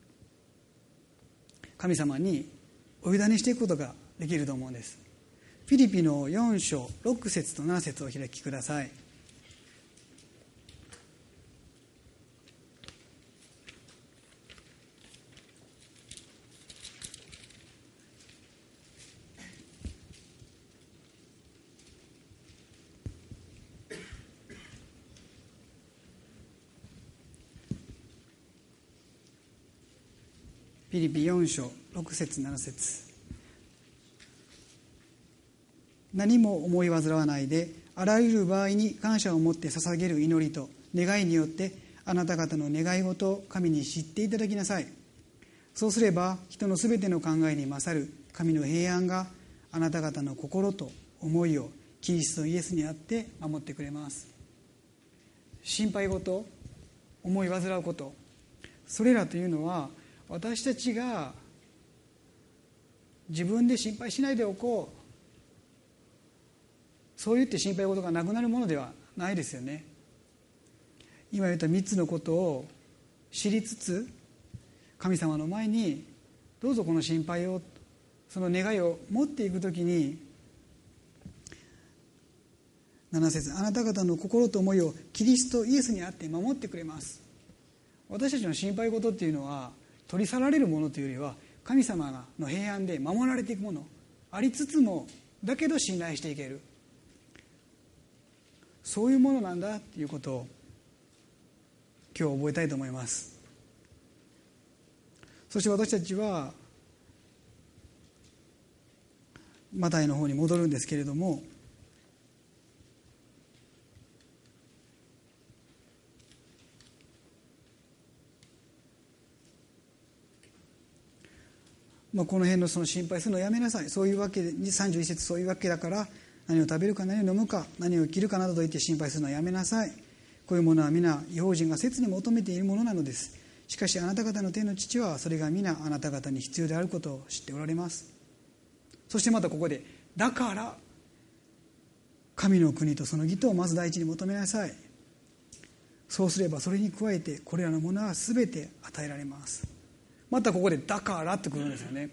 Speaker 1: 神様にお委ねしていくことができると思うんです。フィリピの4章6節と7節をお開きください。フィリピ4章6節7節、何も思い煩わないであらゆる場合に感謝を持って捧げる祈りと願いによってあなた方の願い事を神に知っていただきなさい。そうすれば人のすべての考えに勝る神の平安があなた方の心と思いをキリストイエスにあって守ってくれます。心配事、思い煩うこと、それらというのは私たちが自分で心配しないでおこう、そう言って心配事がなくなるものではないですよね。今言った3つのことを知りつつ神様の前にどうぞこの心配を、その願いを持っていくときに、7節、あなた方の心と思いをキリストイエスにあって守ってくれます。私たちの心配事っていうのは取り去られるものというよりは神様の平安で守られていくものありつつも、だけど信頼していける、そういうものなんだということを今日覚えたいと思います。そして私たちはマタイの方に戻るんですけれども、この辺のその心配するのをやめなさい。そういうわけで31節、そういうわけだから何を食べるか何を飲むか何を着るかなどと言って心配するのはやめなさい。こういうものは皆異邦人が切に求めているものなのです。しかしあなた方の天の父はそれが皆あなた方に必要であることを知っておられます。そしてまたここで、だから神の国とその義とをまず第一に求めなさい。そうすればそれに加えてこれらのものは全て与えられます。またここでだからってくるんですよね。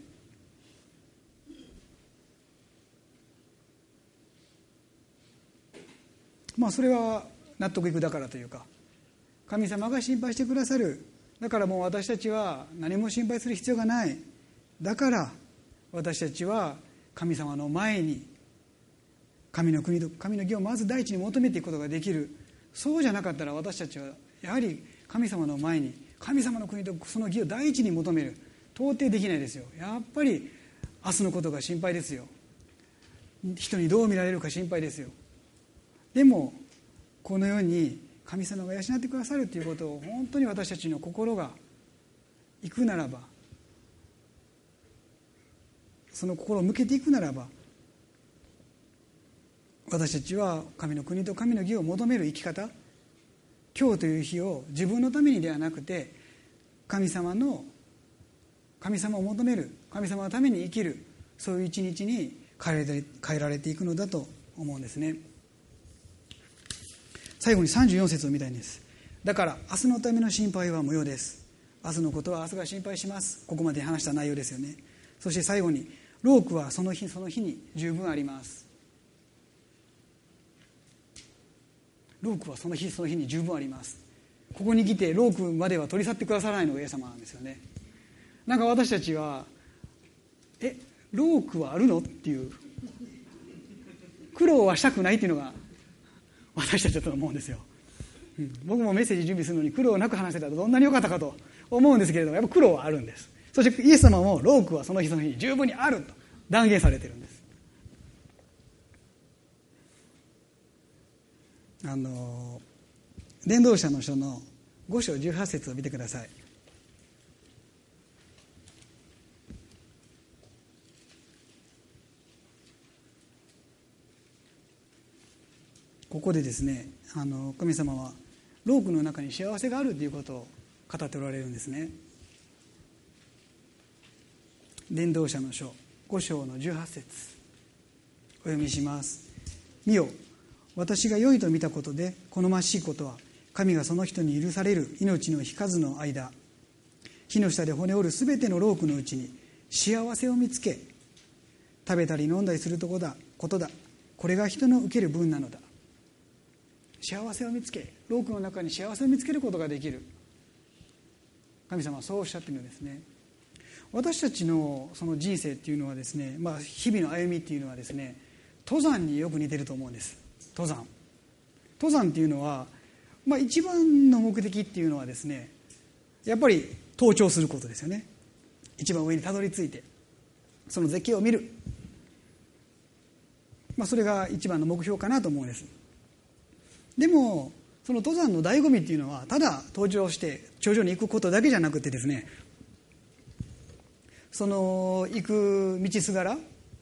Speaker 1: それは納得いくだからというか、神様が心配してくださる、だからもう私たちは何も心配する必要がない、だから私たちは神様の前に神の国と神の義をまず第一に求めていくことができる。そうじゃなかったら私たちはやはり神様の前に神様の国とその義を第一に求める、到底できないですよ。やっぱり明日のことが心配ですよ。人にどう見られるか心配ですよ。でもこのように神様が養ってくださるということを本当に私たちの心がいくならば、その心を向けていくならば、私たちは神の国と神の義を求める生き方、今日という日を自分のためにではなくて神様を求める、神様のために生きる、そういう一日に変えられていくのだと思うんですね。最後に34節を見たいんです。だから明日のための心配は無用です。明日のことは明日が心配します。ここまで話した内容ですよね。そして最後に、労苦はその日その日に十分あります。労苦はその日その日に十分あります。ここに来て労苦までは取り去ってくださらないのがイエス様なんですよね。なんか私たちは労苦はあるのっていう、苦労はしたくないっていうのが私たちだと思うんですよ。僕もメッセージ準備するのに苦労なく話せたらどんなに良かったかと思うんですけれども、やっぱ苦労はあるんです。そしてイエス様も労苦はその日その日に十分にあると断言されているんです。伝道者の書の5章18節を見てください。ここでですね、神様は労苦の中に幸せがあるということを語っておられるんですね。伝道者の書5章の18節お読みします。見よ、私が良いと見たことで好ましいことは、神がその人に許される命の日数の間、火の下で骨折るすべての労苦のうちに幸せを見つけ、食べたり飲んだりすることだ。これが人の受ける分なのだ。幸せを見つけ、労苦の中に幸せを見つけることができる。神様はそうおっしゃっているんですね。私たちのその人生っていうのはですね、日々の歩みっていうのはですね、登山によく似てると思うんです。登山っていうのは、一番の目的っていうのはですね、やっぱり登頂することですよね。一番上にたどり着いてその絶景を見る、それが一番の目標かなと思うんです。でもその登山の醍醐味っていうのは、ただ登頂して頂上に行くことだけじゃなくてですね、その行く道すがら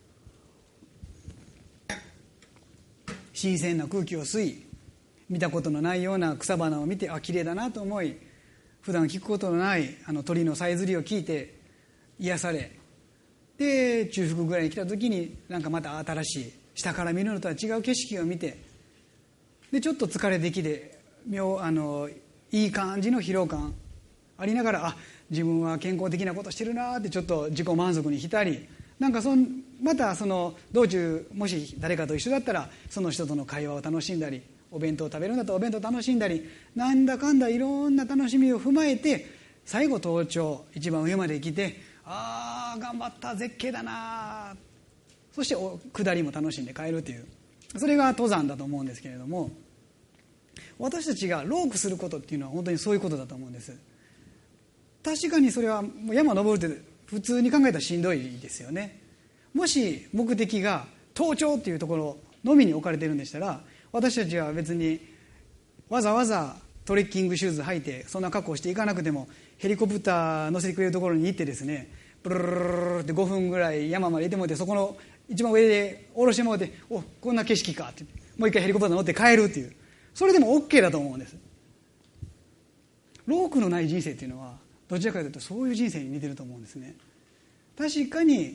Speaker 1: 新鮮な空気を吸い、見たことのないような草花を見て、綺麗だなと思い、普段聞くことのない鳥のさえずりを聞いて癒され、で中腹ぐらいに来た時になんかまた新しい下から見るのとは違う景色を見て、でちょっと疲れてきていい感じの疲労感ありながら、自分は健康的なことしてるなってちょっと自己満足に浸り、なんかまたその道中もし誰かと一緒だったらその人との会話を楽しんだり、お弁当を食べるんだったらお弁当を楽しんだり、なんだかんだいろんな楽しみを踏まえて、最後登頂一番上まで来て、頑張った、絶景だな、そして下りも楽しんで帰るという、それが登山だと思うんですけれども、私たちが労苦することっていうのは本当にそういうことだと思うんです。確かにそれは山登るって普通に考えたらしんどいですよね。 もし目的が盗聴っていうところのみに置かれているんでしたら、私たちは別にわざわざトレッキングシューズ履いてそんな格好していかなくても、ヘリコプター乗せてくれるところに行ってですね、ブルルルルルって5分ぐらい山まで行ってもらって、そこの一番上で下ろしてもらって、お、こんな景色かってもう一回ヘリコプター乗って帰るっていう、それでも OK だと思うんです。労苦のない人生っていうのはどちらかというとそういう人生に似てると思うんですね。確かに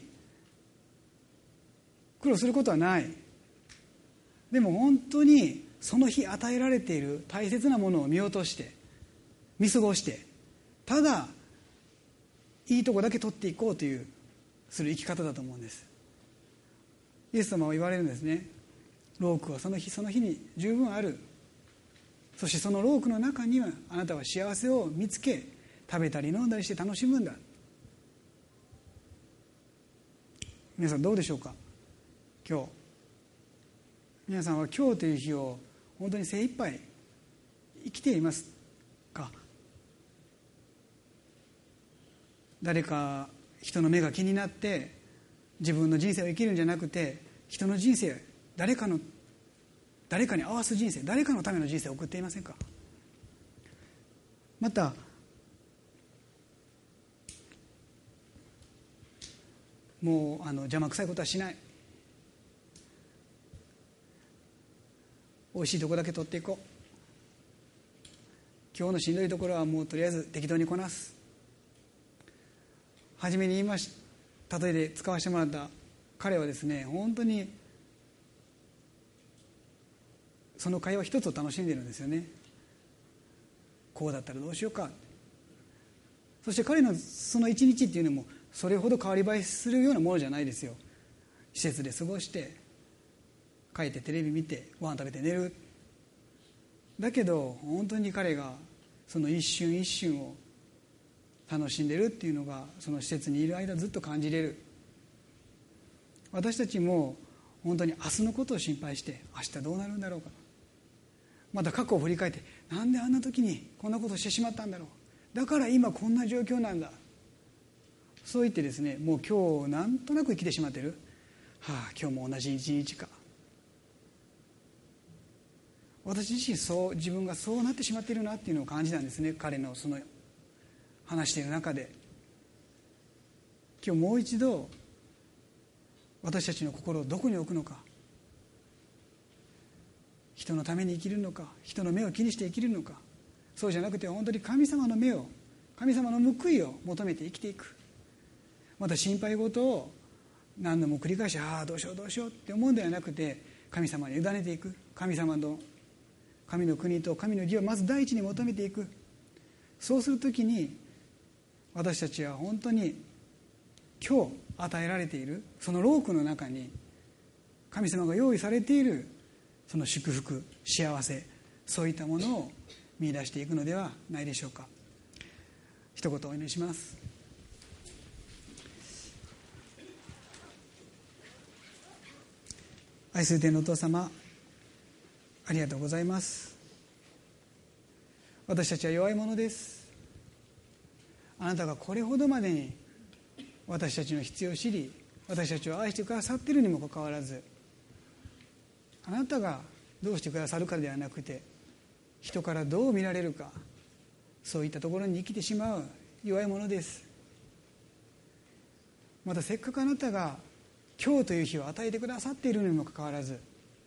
Speaker 1: 苦労することはない。でも本当にその日与えられている大切なものを見落として見過ごして、ただいいとこだけ取っていこうというする生き方だと思うんです。イエス様は言われるんですね。労苦はその日その日に十分ある。そしてその労苦の中にはあなたは幸せを見つけ、食べたり飲んだりして楽しむんだ。皆さんどうでしょうか。今日皆さんは今日という日を本当に精一杯生きていますか。誰か人の目が気になって自分の人生を生きるんじゃなくて、人の人生、誰かに合わす人生、誰かのための人生を送っていませんか。またもう邪魔くさいことはしない、おいしいとこだけ取っていこう、今日のしんどいところはもうとりあえず適当にこなす。初めに言いました、例えで使わせてもらった彼はですね、本当にその会話一つを楽しんでいるんですよね。こうだったらどうしようか。そして彼のその一日っていうのもそれほど変わり映えするようなものじゃないですよ。施設で過ごして帰ってテレビ見てご飯食べて寝る。だけど本当に彼がその一瞬一瞬を楽しんでるっていうのが、その施設にいる間ずっと感じれる。私たちも本当に明日のことを心配して明日どうなるんだろうか、また過去を振り返ってなんであんな時にこんなことをしてしまったんだろう、だから今こんな状況なんだ、そう言ってですね、もう今日なんとなく生きてしまってる。今日も同じ一日か。私自身自分がそうなってしまっているなっていうのを感じたんですね。彼のその話している中で、今日もう一度私たちの心をどこに置くのか、人のために生きるのか、人の目を気にして生きるのか、そうじゃなくて本当に神様の目を、神様の報いを求めて生きていく。また心配事を何度も繰り返しどうしようどうしようって思うんではなくて、神様に委ねていく。神様の神の国と神の義をまず第一に求めていく。そうするときに私たちは本当に今日与えられているその労苦の中に神様が用意されているその祝福、幸せ、そういったものを見出していくのではないでしょうか。一言お祈りします。愛する天のお父様、ありがとうございます。私たちは弱いものです。あなたがこれほどまでに私たちの必要を知り、私たちを愛してくださっているにもかかわらず、あなたがどうしてくださるかではなくて、人からどう見られるか、そういったところに生きてしまう弱いものです。またせっかくあなたが今日という日を与えてくださっているにもかかわらず、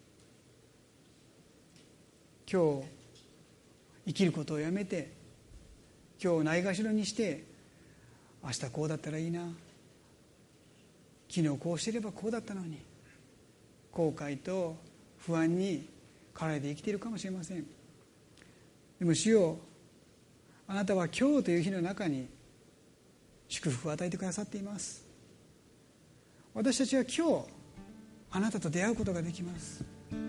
Speaker 1: 今日生きることをやめて、今日をないがしろにして、明日こうだったらいいな、昨日こうしていればこうだったのに、後悔と不安に駆られて生きているかもしれません。でも主よ、あなたは今日という日の中に祝福を与えてくださっています。私たちは今日あなたと出会うことができます。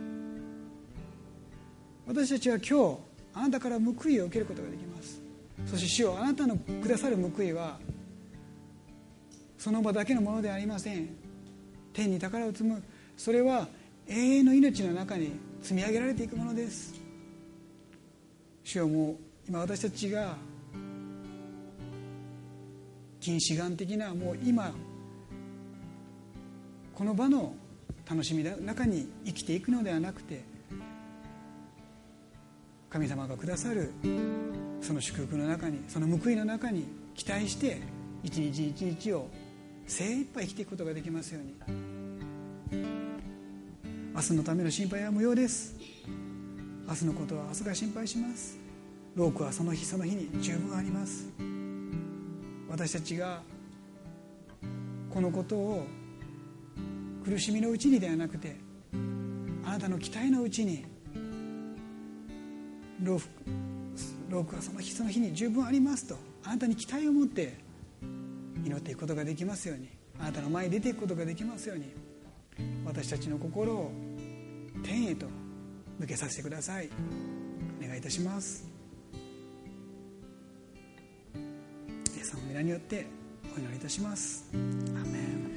Speaker 1: 私たちは今日あなたから報いを受けることができます。そして主よ、あなたのくださる報いはその場だけのものではありません。天に宝を積む、それは永遠の命の中に積み上げられていくものです。主よ、もう今私たちが近視眼的な、もう今この場の楽しみの中に生きていくのではなくて、神様がくださるその祝福の中に、その報いの中に期待して一日一日を精一杯生きていくことができますように。明日のための心配は無用です。明日のことは明日が心配します。労苦はその日その日に十分あります。私たちがこのことを苦しみのうちにではなくて、あなたの期待のうちに、労苦はその日その日に十分ありますと、あなたに期待を持って祈っていくことができますように、あなたの前に出ていくことができますように、私たちの心を天へと向けさせてください。お願いいたします。イエス様の皆によってお祈りいたします。アーメン。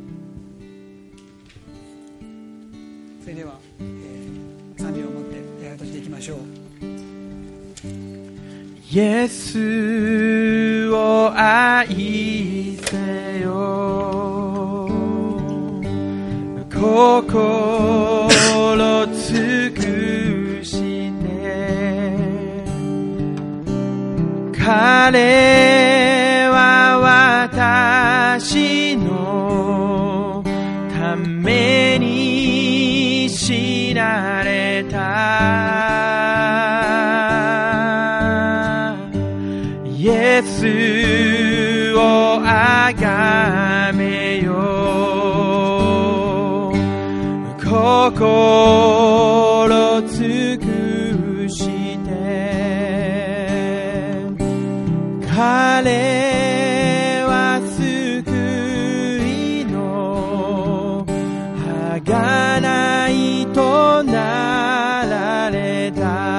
Speaker 1: それでは、賛美を持って礼拝としていきましょう。
Speaker 2: イエスを愛せよ、心尽くして彼は私のために死なれた。イエスをあがめよ、心尽くして彼は救いの贖いとなられ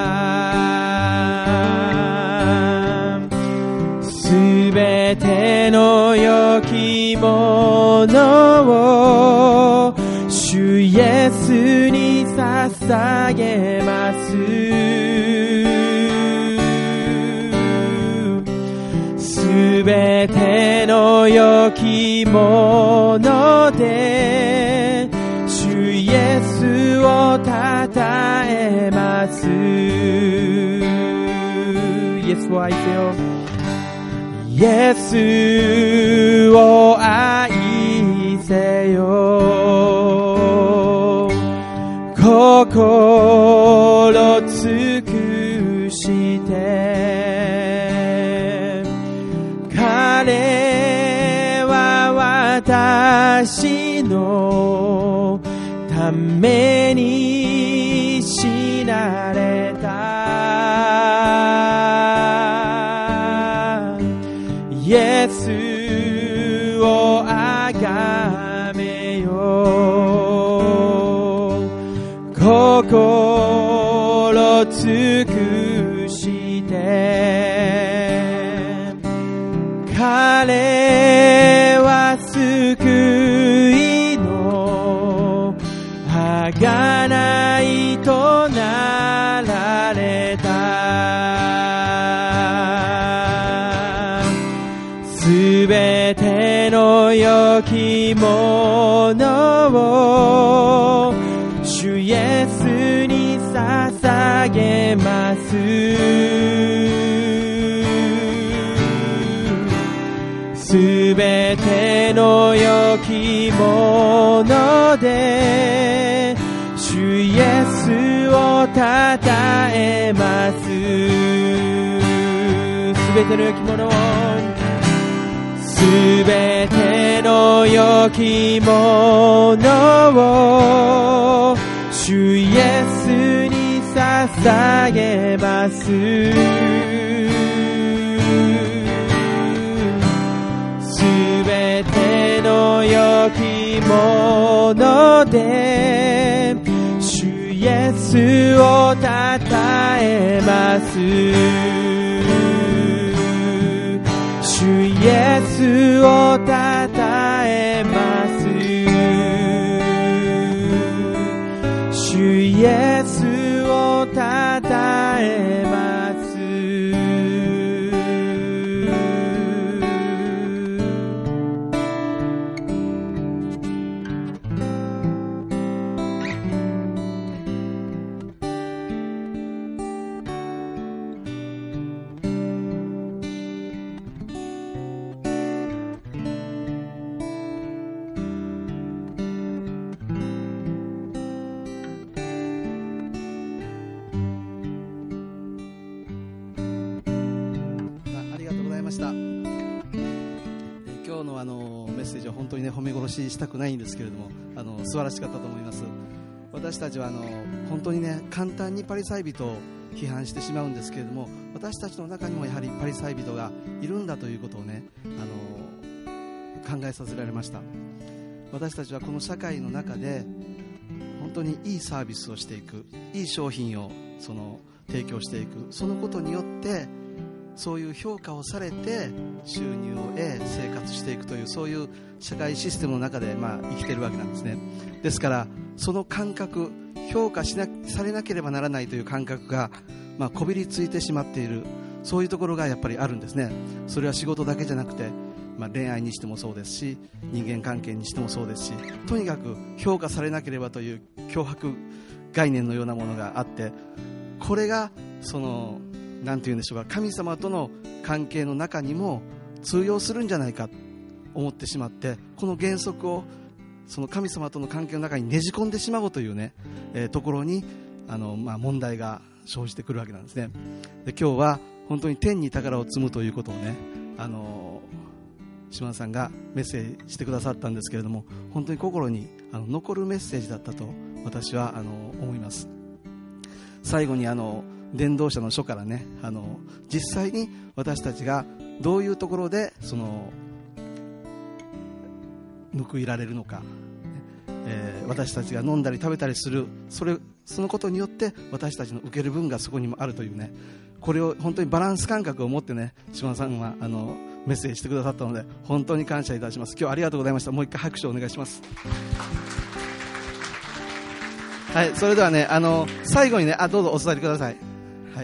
Speaker 2: た。すべての良きものを主イエスに捧げます。すべての良きもので主イエスをたたえます。イエスを愛せよ、イエスを愛せよ、心尽くして彼は私のために死なれた。イエスをあがめよ、心尽くして彼は救いの贖いとなられた。すべての良きものを主イエスに捧げます。すべての良きもので主イエスをたたえます。すべての良きものを、すべての良きものを主イエスに捧げます。すべての良きもので主イエスをたたえます。主イエスをたたえます。主イエスをたたえます。
Speaker 3: メッセージは本当にね褒め殺ししたくないんですけれども、素晴らしかったと思います。私たちは本当にね簡単にパリサイ人を批判してしまうんですけれども、私たちの中にもやはりパリサイ人がいるんだということをね、考えさせられました。私たちはこの社会の中で本当にいいサービスをしていく、いい商品を提供していく、そのことによってそういう評価をされて収入を得生活していくという、そういう社会システムの中で生きているわけなんですね。ですからその感覚、評価されなければならないという感覚がこびりついてしまっている、そういうところがやっぱりあるんですね。それは仕事だけじゃなくて、恋愛にしてもそうですし、人間関係にしてもそうですし、とにかく評価されなければという脅迫概念のようなものがあって、これがなんて言うんでしょうか、神様との関係の中にも通用するんじゃないかと思ってしまって、この原則を神様との関係の中にねじ込んでしまおうというね、ところに問題が生じてくるわけなんですね。で、今日は本当に天に宝を積むということをね、島田さんがメッセージしてくださったんですけれども、本当に心に残るメッセージだったと私は思います。最後に伝道者の書からね、実際に私たちがどういうところで報いられるのか、私たちが飲んだり食べたりするそのことによって私たちの受ける分がそこにもあるというね、これを本当にバランス感覚を持ってね、島田さんはメッセージしてくださったので本当に感謝いたします。今日はありがとうございました。もう一回拍手をお願いします。はい、それではね、最後にね、どうぞお座りください。はい、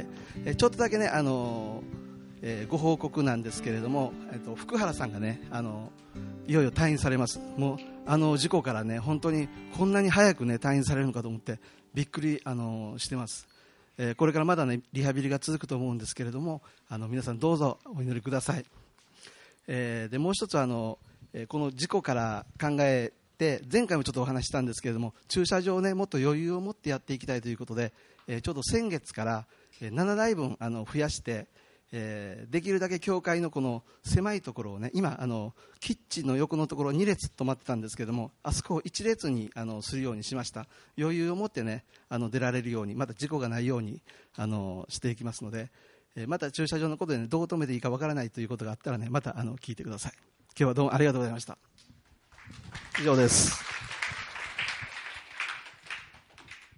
Speaker 3: ちょっとだけね、ご報告なんですけれども、福原さんがね、いよいよ退院されます。もう事故からね、本当にこんなに早くね退院されるのかと思ってびっくりしてます。これからまだねリハビリが続くと思うんですけれども、皆さんどうぞお祈りください。でもう一つこの事故から考えて、前回もちょっとお話ししたんですけれども、駐車場をねもっと余裕を持ってやっていきたいということで、ちょうど先月から7台分増やして、できるだけ教会のこの狭いところをね、今キッチンの横のところ2列止まってたんですけども、あそこを1列にするようにしました。余裕を持ってね出られるように、また事故がないようにしていきますので、また駐車場のことで、ね、どう止めていいかわからないということがあったらね、また聞いてください。今日はどうもありがとうございました。以上です。